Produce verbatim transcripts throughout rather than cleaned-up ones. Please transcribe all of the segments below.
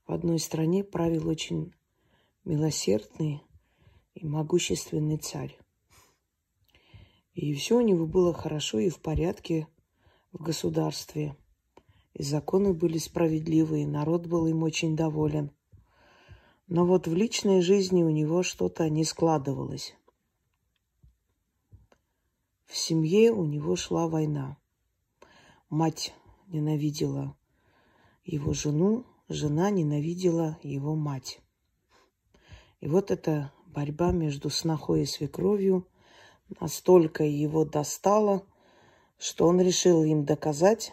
в одной стране правил очень милосердный и могущественный царь. И все у него было хорошо и в порядке в государстве. И законы были справедливые, народ был им очень доволен. Но вот в личной жизни у него что-то не складывалось. В семье у него шла война. Мать ненавидела его жену, жена ненавидела его мать. И вот эта борьба между снохой и свекровью настолько его достала, что он решил им доказать,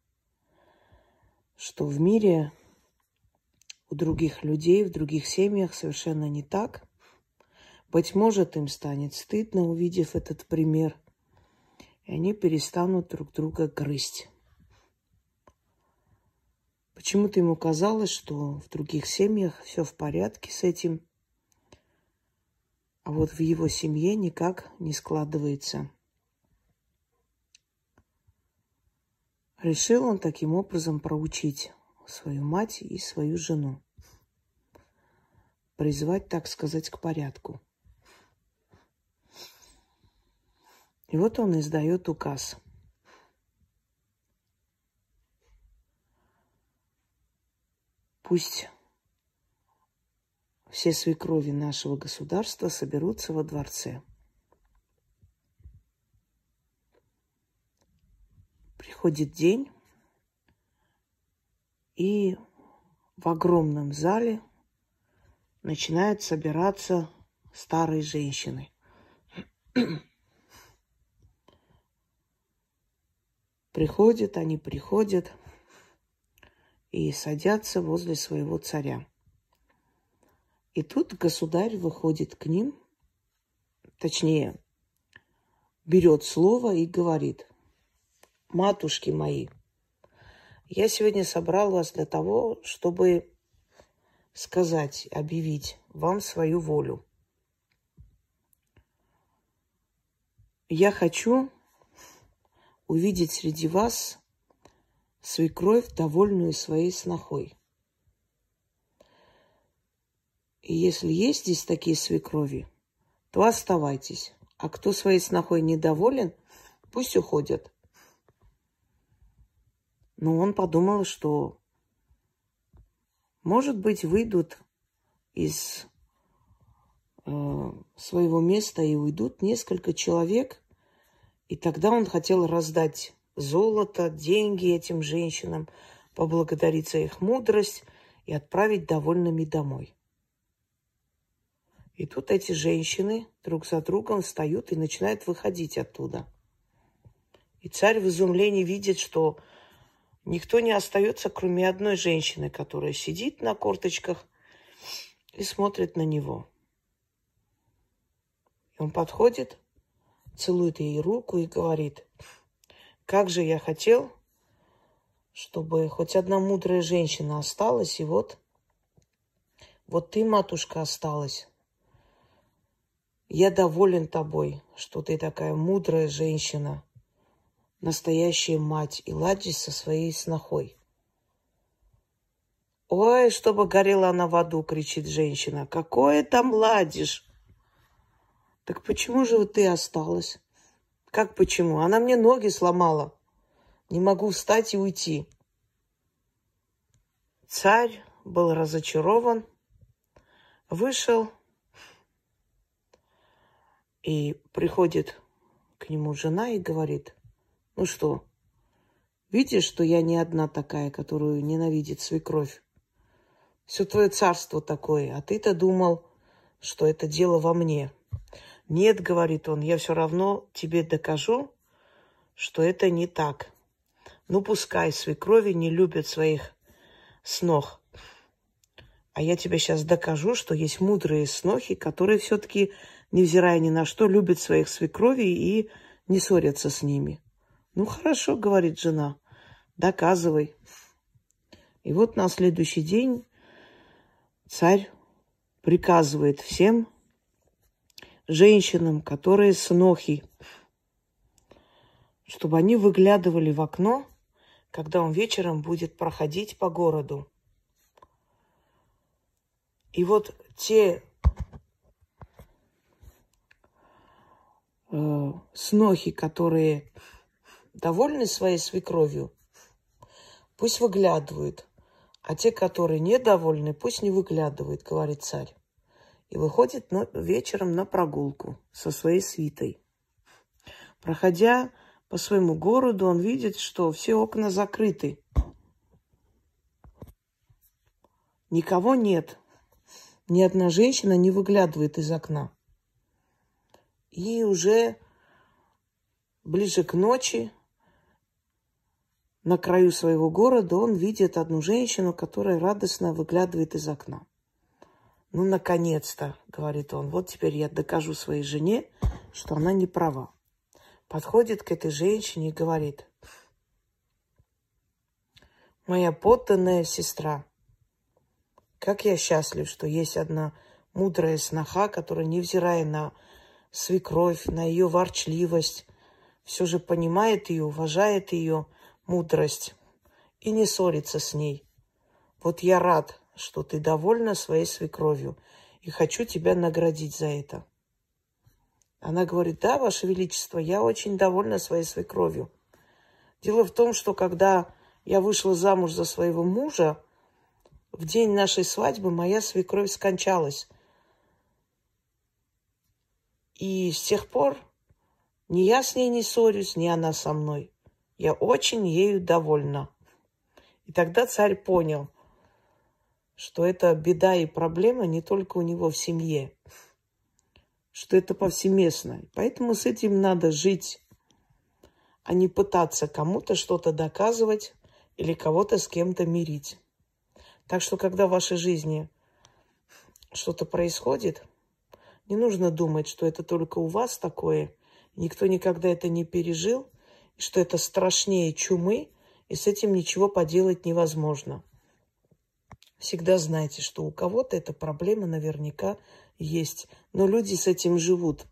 что в мире у других людей, в других семьях совершенно не так. Быть может, им станет стыдно, увидев этот пример, и они перестанут друг друга грызть. Почему-то ему казалось, что в других семьях все в порядке с этим, а вот в его семье никак не складывается. Решил он таким образом проучить свою мать и свою жену, призвать, так сказать, к порядку. И вот он издает указ. Пусть все свекрови нашего государства соберутся во дворце. Приходит день, и в огромном зале начинают собираться старые женщины. Приходят, они приходят и садятся возле своего царя. И тут государь выходит к ним, точнее, берет слово и говорит: «Матушки мои, я сегодня собрал вас для того, чтобы сказать, объявить вам свою волю. Я хочу увидеть среди вас свекровь, довольную своей снохой. И если есть здесь такие свекрови, то оставайтесь. А кто своей снохой недоволен, пусть уходят». Но он подумал, что, может быть, выйдут из э, своего места и уйдут несколько человек. И тогда он хотел раздать золото, деньги этим женщинам, поблагодарить за их мудрость и отправить довольными домой. И тут эти женщины друг за другом встают и начинают выходить оттуда. И царь в изумлении видит, что никто не остается, кроме одной женщины, которая сидит на корточках и смотрит на него. И он подходит, целует ей руку и говорит: «Как же я хотел, чтобы хоть одна мудрая женщина осталась, и вот, вот ты, матушка, осталась. Я доволен тобой, что ты такая мудрая женщина, настоящая мать, и ладишь со своей снохой». «Ой, чтобы горела она в аду!» — кричит женщина. «Какое там ладишь? Так почему же ты осталась?» «Как почему? Она мне ноги сломала. Не могу встать и уйти». Царь был разочарован, вышел, и приходит к нему жена и говорит: «Ну что, видишь, что я не одна такая, которую ненавидит свекровь? Все твое царство такое, а ты-то думал, что это дело во мне». «Нет, — говорит он, — я все равно тебе докажу, что это не так. Ну, пускай свекрови не любят своих снох, а я тебе сейчас докажу, что есть мудрые снохи, которые все-таки, невзирая ни на что, любят своих свекровей и не ссорятся с ними». «Ну, хорошо, — говорит жена, — доказывай». И вот на следующий день царь приказывает всем женщинам, которые снохи, чтобы они выглядывали в окно, когда он вечером будет проходить по городу. И вот те э, снохи, которые довольны своей свекровью, пусть выглядывают. А те, которые недовольны, пусть не выглядывают, говорит царь. И выходит на, вечером на прогулку со своей свитой. Проходя по своему городу, он видит, что все окна закрыты. Никого нет. Ни одна женщина не выглядывает из окна. И уже ближе к ночи на краю своего города он видит одну женщину, которая радостно выглядывает из окна. Ну, наконец-то, говорит он, вот теперь я докажу своей жене, что она не права. Подходит к этой женщине и говорит: моя подданная сестра, как я счастлив, что есть одна мудрая сноха, которая, невзирая на свекровь, на ее ворчливость, все же понимает ее, уважает ее мудрость и не ссорится с ней. Вот я рад, что ты довольна своей свекровью, и хочу тебя наградить за это. Она говорит: да, Ваше Величество, я очень довольна своей свекровью. Дело в том, что когда я вышла замуж за своего мужа, в день нашей свадьбы моя свекровь скончалась. И с тех пор ни я с ней не ссорюсь, ни она со мной. Я очень ею довольна. И тогда царь понял, что это беда и проблема не только у него в семье, что это повсеместно. Поэтому с этим надо жить, а не пытаться кому-то что-то доказывать или кого-то с кем-то мирить. Так что, когда в вашей жизни что-то происходит, не нужно думать, что это только у вас такое, никто никогда это не пережил, что это страшнее чумы, и с этим ничего поделать невозможно. Всегда знайте, что у кого-то эта проблема наверняка есть, но люди с этим живут,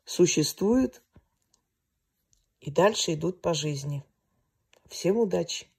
существуют и дальше идут по жизни. Всем удачи!